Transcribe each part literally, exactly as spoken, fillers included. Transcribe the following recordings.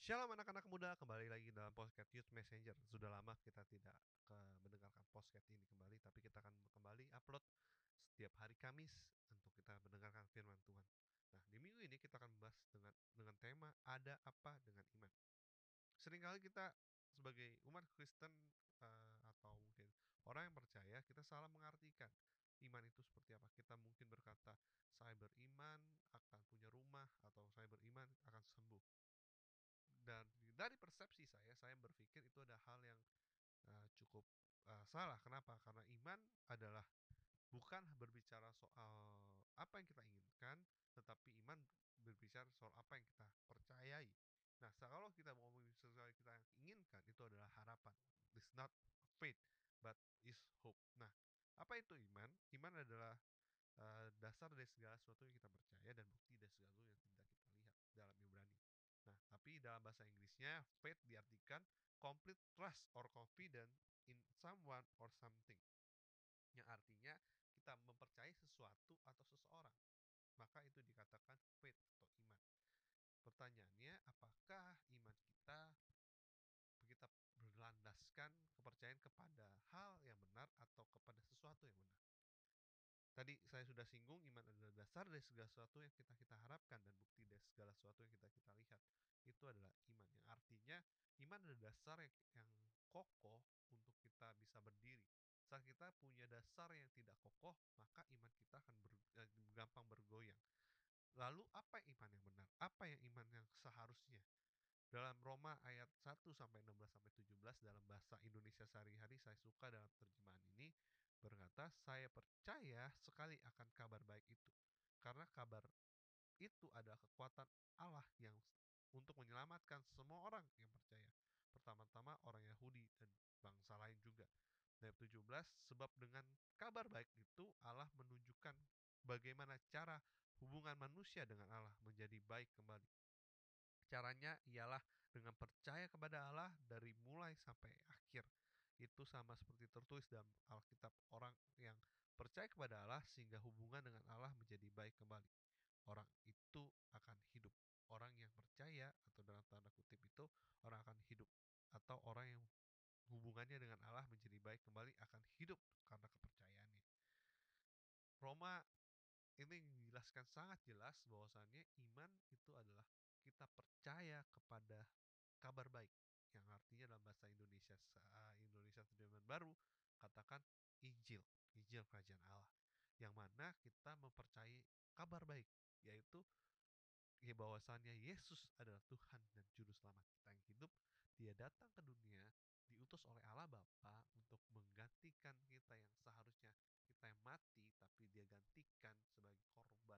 Shalom anak-anak muda, kembali lagi dalam podcast Youth Messenger. Sudah lama kita tidak ke mendengarkan podcast ini kembali, tapi kita akan kembali upload setiap hari Kamis untuk kita mendengarkan firman Tuhan. Nah, di minggu ini kita akan membahas dengan dengan tema ada apa dengan iman. Seringkali kita sebagai umat Kristen eh, atau mungkin orang yang percaya, kita salah mengartikan iman itu seperti apa. Kita mungkin berkata, saya beriman akan punya rumah, atau saya beriman akan sembuh. Dan dari persepsi saya, saya berpikir itu ada hal yang uh, cukup uh, salah. Kenapa? Karena iman adalah bukan berbicara soal apa yang kita inginkan, tetapi iman berbicara soal apa yang kita percayai. Nah, kalau kita mau ngomongin sesuatu yang kita inginkan, itu adalah harapan. It's not faith, but is hope. Nah, apa itu iman? Iman adalah uh, dasar dari segala sesuatu yang kita percaya dan bukti dari segala sesuatu yang tidak kita lihat dalam Ibrani. Nah, tapi dalam bahasa Inggrisnya, faith diartikan complete trust or confidence in someone or something. Yang artinya kita mempercayai sesuatu atau seseorang. Maka itu dikatakan faith atau iman. Pertanyaannya, apakah iman kita kita berlandaskan kepercayaan kepada hal yang benar atau kepada sesuatu yang benar? Tadi saya sudah singgung, iman adalah dasar dari segala sesuatu yang kita kita harapkan dan bukti dari segala sesuatu yang kita kita lihat. Itu adalah iman, yang artinya iman adalah dasar yang, yang kokoh untuk kita bisa berdiri. Saat kita punya dasar yang tidak kokoh, maka iman kita akan ber, eh, gampang bergoyang. Lalu apa iman yang benar? Apa yang iman yang seharusnya? Dalam Roma ayat satu sampai enam belas sampai tujuh belas dalam bahasa Indonesia sehari-hari, saya suka dalam terjemahan ini berkata, saya percaya sekali akan kabar baik itu. Karena kabar itu adalah kekuatan Allah yang untuk menyelamatkan semua orang yang percaya. Pertama-tama orang Yahudi dan bangsa lain juga. Ayat tujuh belas, sebab dengan kabar baik itu Allah menunjukkan bagaimana cara hubungan manusia dengan Allah menjadi baik kembali. Caranya ialah dengan percaya kepada Allah dari mulai sampai akhir. Itu sama seperti tertulis dalam Alkitab, orang yang percaya kepada Allah sehingga hubungan dengan Allah menjadi baik kembali. Orang itu akan hidup. Orang yang percaya atau dalam tanda kutip itu orang akan hidup. Atau orang yang hubungannya dengan Allah menjadi baik kembali akan hidup karena kepercayaannya. Roma ini menjelaskan sangat jelas bahwasannya iman itu adalah kita percaya kepada kabar baik, yang artinya dalam bahasa Indonesia Indonesia Terjemahan Baru katakan Injil, Injil Kerajaan Allah, yang mana kita mempercayai kabar baik, yaitu ya bahwasannya Yesus adalah Tuhan dan Juru Selamat kita yang hidup. Dia datang ke dunia diutus oleh Allah Bapa untuk menggantikan kita yang seharusnya kita yang mati, tapi dia gantikan sebagai korban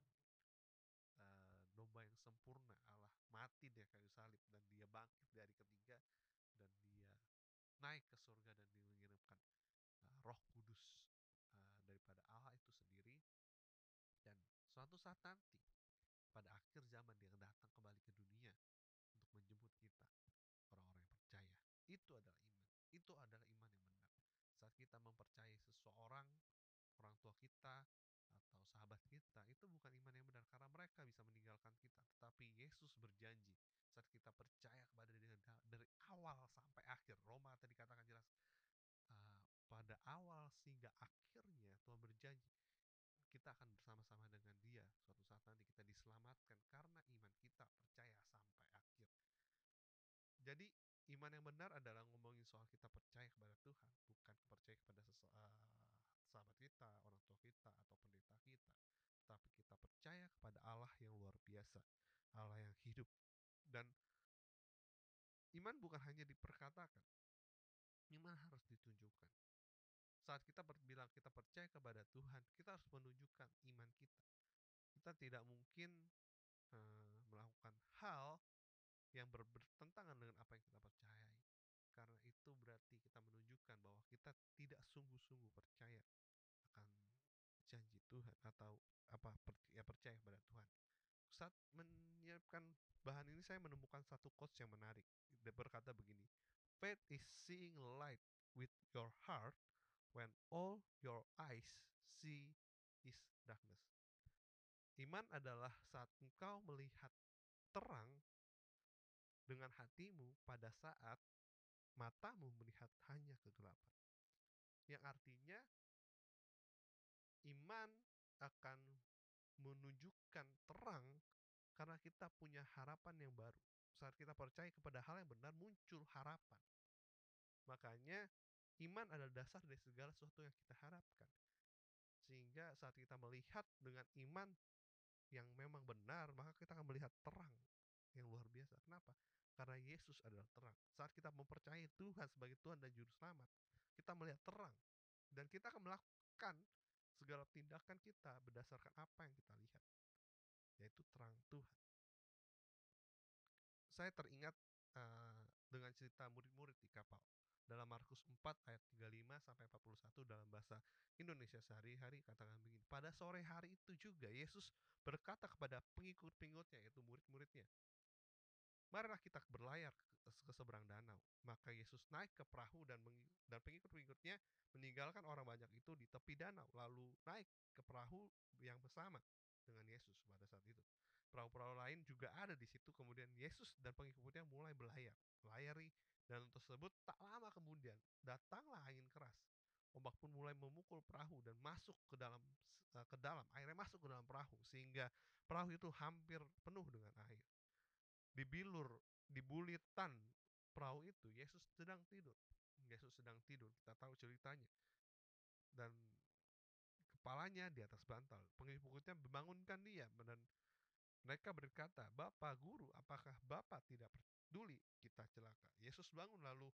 uh, domba yang sempurna. Allah mati di kayu salib dan dia bangkit dari ketiga, dan dia naik ke surga dan dia mengirimkan uh, Roh Kudus uh, daripada Allah itu sendiri. Dan suatu saat nanti pada akhir zaman dia datang kembali ke dunia untuk menjemput kita, orang-orang yang percaya. Itu adalah iman. Itu adalah iman yang benar. Saat kita mempercayai seseorang, orang tua kita atau sahabat kita, itu bukan iman yang benar karena mereka bisa meninggalkan kita. Tetapi Yesus berjanji saat kita percaya kepada dia dari awal sampai akhir. Roma tadi katakan jelas, uh, pada awal sehingga akhirnya Tuhan berjanji kita akan bersama-sama dengan dia. Suatu saat nanti kita diselamatkan karena iman kita percaya sampai akhir. Jadi iman yang benar adalah ngomongin soal kita percaya kepada Tuhan, bukan percaya kepada sese- uh, sahabat kita, orang tua kita, atau pendeta kita. Tapi kita percaya kepada Allah yang luar biasa, Allah yang hidup. Dan iman bukan hanya diperkatakan, iman harus ditunjukkan. Saat kita bilang kita percaya kepada Tuhan, kita harus menunjukkan iman kita. Kita tidak mungkin uh, melakukan hal yang ber- bertentangan dengan apa yang kita percayai. Karena itu berarti kita menunjukkan bahwa kita tidak sungguh-sungguh percaya akan janji Tuhan atau apa ya percaya kepada Tuhan. Saat menyiapkan bahan ini saya menemukan satu quotes yang menarik. Dia berkata begini, faith is seeing light with your heart when all your eyes see is darkness. Iman adalah saat engkau melihat terang dengan dengan hatimu pada saat matamu melihat hanya kegelapan. Yang artinya iman akan menunjukkan terang karena kita punya harapan yang baru. Saat kita percaya kepada hal yang benar, muncul harapan. Makanya iman adalah dasar dari segala sesuatu yang kita harapkan. Sehingga saat kita melihat dengan iman yang memang benar, maka kita akan melihat terang yang luar biasa. Kenapa? Karena Yesus adalah terang. Saat kita mempercayai Tuhan sebagai Tuhan dan Juru Selamat, kita melihat terang. Dan kita akan melakukan segala tindakan kita berdasarkan apa yang kita lihat, yaitu terang Tuhan. Saya teringat uh, dengan cerita murid-murid di kapal. Dalam Markus empat ayat tiga puluh lima sampai empat puluh satu dalam bahasa Indonesia sehari-hari katakan begini. Pada sore hari itu juga Yesus berkata kepada pengikut-pengikutnya yaitu murid-muridnya, marilah kita berlayar ke, ke seberang danau. Maka Yesus naik ke perahu dan dan pengikut-pengikutnya meninggalkan orang banyak itu di tepi danau, lalu naik ke perahu yang bersama dengan Yesus pada saat itu. Perahu-perahu lain juga ada di situ. Kemudian Yesus dan pengikutnya mulai berlayar, melayari danau tersebut. Tak lama kemudian datanglah angin keras. Ombak pun mulai memukul perahu dan masuk ke dalam ke dalam airnya masuk ke dalam perahu sehingga perahu itu hampir penuh dengan air. Di bilur, di bulitan perahu itu Yesus sedang tidur. Yesus sedang tidur, kita tahu ceritanya. Dan kepalanya di atas bantal. Pengikutnya membangunkan dia dan mereka berkata, "Bapak, guru, apakah Bapak tidak peduli kita celaka?" Yesus bangun lalu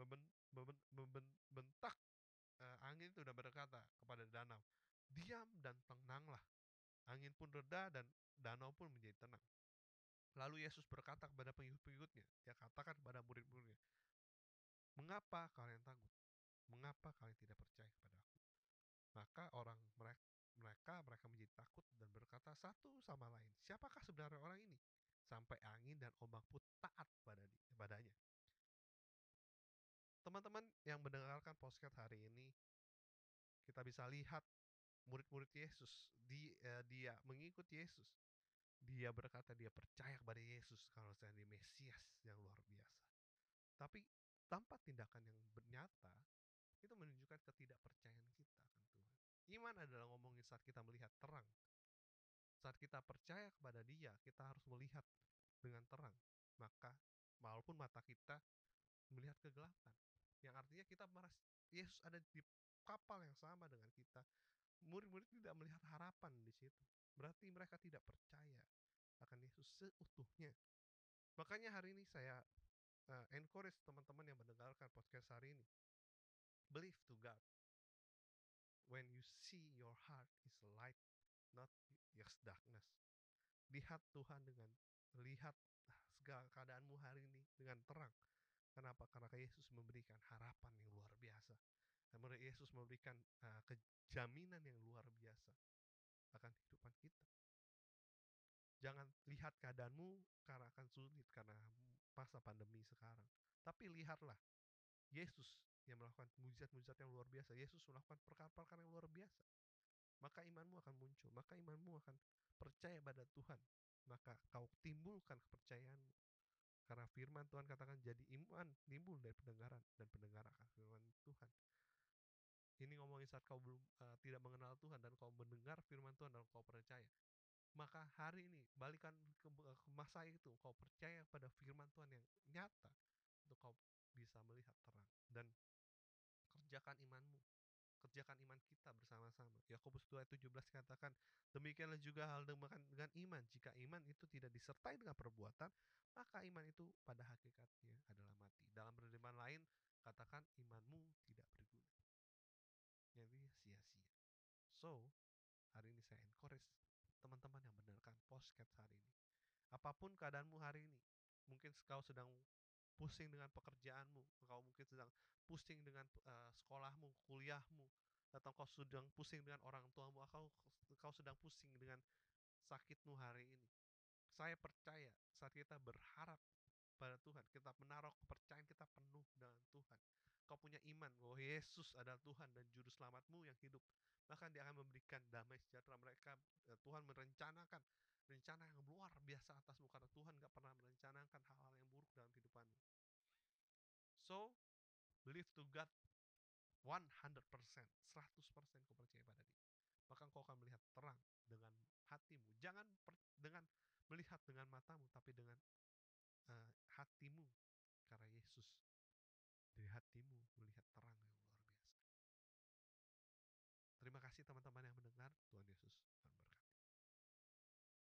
membentak uh, angin itu dan berkata kepada danau, "Diam dan tenanglah." Angin pun reda dan danau pun menjadi tenang. Lalu Yesus berkata kepada pengikut-pengikutnya, dia katakan kepada murid-muridnya, "Mengapa kalian takut? Mengapa kalian tidak percaya kepada aku?" Maka orang mereka mereka mereka menjadi takut dan berkata satu sama lain, "Siapakah sebenarnya orang ini? Sampai angin dan ombak pun taat pada padanya." Teman-teman yang mendengarkan podcast hari ini, kita bisa lihat murid-murid Yesus, di, uh, dia mengikut Yesus. Dia berkata dia percaya kepada Yesus kalau saya di Mesias yang luar biasa. Tapi tanpa tindakan yang nyata, itu menunjukkan ketidakpercayaan kita akan Tuhan. Iman adalah ngomongin saat kita melihat terang. Saat kita percaya kepada Dia, kita harus melihat dengan terang. Maka walaupun mata kita melihat kegelapan, yang artinya kita merasa Yesus ada di kapal yang sama dengan kita. Murid-murid tidak melihat harapan di situ. Berarti mereka tidak percaya akan Yesus seutuhnya. Makanya hari ini saya uh, encourage teman-teman yang mendengarkan podcast hari ini. Believe to God. When you see your heart is light, not just darkness. Lihat Tuhan dengan lihat segala keadaanmu hari ini dengan terang. Kenapa? Karena Yesus memberikan harapan yang luar biasa. Karena Yesus memberikan uh, kejaminan yang luar biasa akan kehidupan kita. Jangan lihat keadaanmu karena akan sulit karena masa pandemi sekarang. Tapi lihatlah Yesus yang melakukan mujizat-mujizat yang luar biasa. Yesus melakukan perkara-perkara yang luar biasa. Maka imanmu akan muncul. Maka imanmu akan percaya pada Tuhan. Maka kau timbulkan kepercayaanmu. Karena firman Tuhan katakan jadi iman timbul dari pendengaran. Dan pendengaran akan firman Tuhan. Ini ngomongin saat kau belum uh, tidak mengenal Tuhan dan kau mendengar firman Tuhan dan kau percaya. Maka hari ini balikan ke, ke masa itu, kau percaya pada firman Tuhan yang nyata untuk kau bisa melihat terang dan kerjakan imanmu, kerjakan iman kita bersama-sama. Yakobus dua ayat tujuh belas katakan, demikianlah juga hal dengan, dengan iman. Jika iman itu tidak disertai dengan perbuatan, maka iman itu pada hakikatnya adalah mati. Dalam penerjemahan lain katakan imanmu tidak berguna. Jadi sia-sia. So, hari ini saya encourage teman-teman yang mendengarkan podcast hari ini. Apapun keadaanmu hari ini, mungkin kau sedang pusing dengan pekerjaanmu, kau mungkin sedang pusing dengan uh, sekolahmu, kuliahmu, atau kau sedang pusing dengan orang tuamu, atau kau sedang pusing dengan sakitmu hari ini. Saya percaya saat kita berharap pada Tuhan, kita menaruh kepercayaan kita penuh dengan Tuhan. Kau punya iman bahwa Yesus adalah Tuhan dan Juru Selamatmu yang hidup. Maka Dia akan memberikan damai sejahtera mereka. Tuhan merencanakan rencana yang luar biasa atasmu karena Tuhan gak pernah merencanakan hal-hal yang buruk dalam hidup Believe to God one hundred percent, seratus persen kau percaya pada Dia. Maka kau akan melihat terang dengan hatimu. Jangan per, dengan melihat dengan matamu, tapi dengan uh, hatimu. Karena Yesus dari hatimu melihat terang, ya Allah.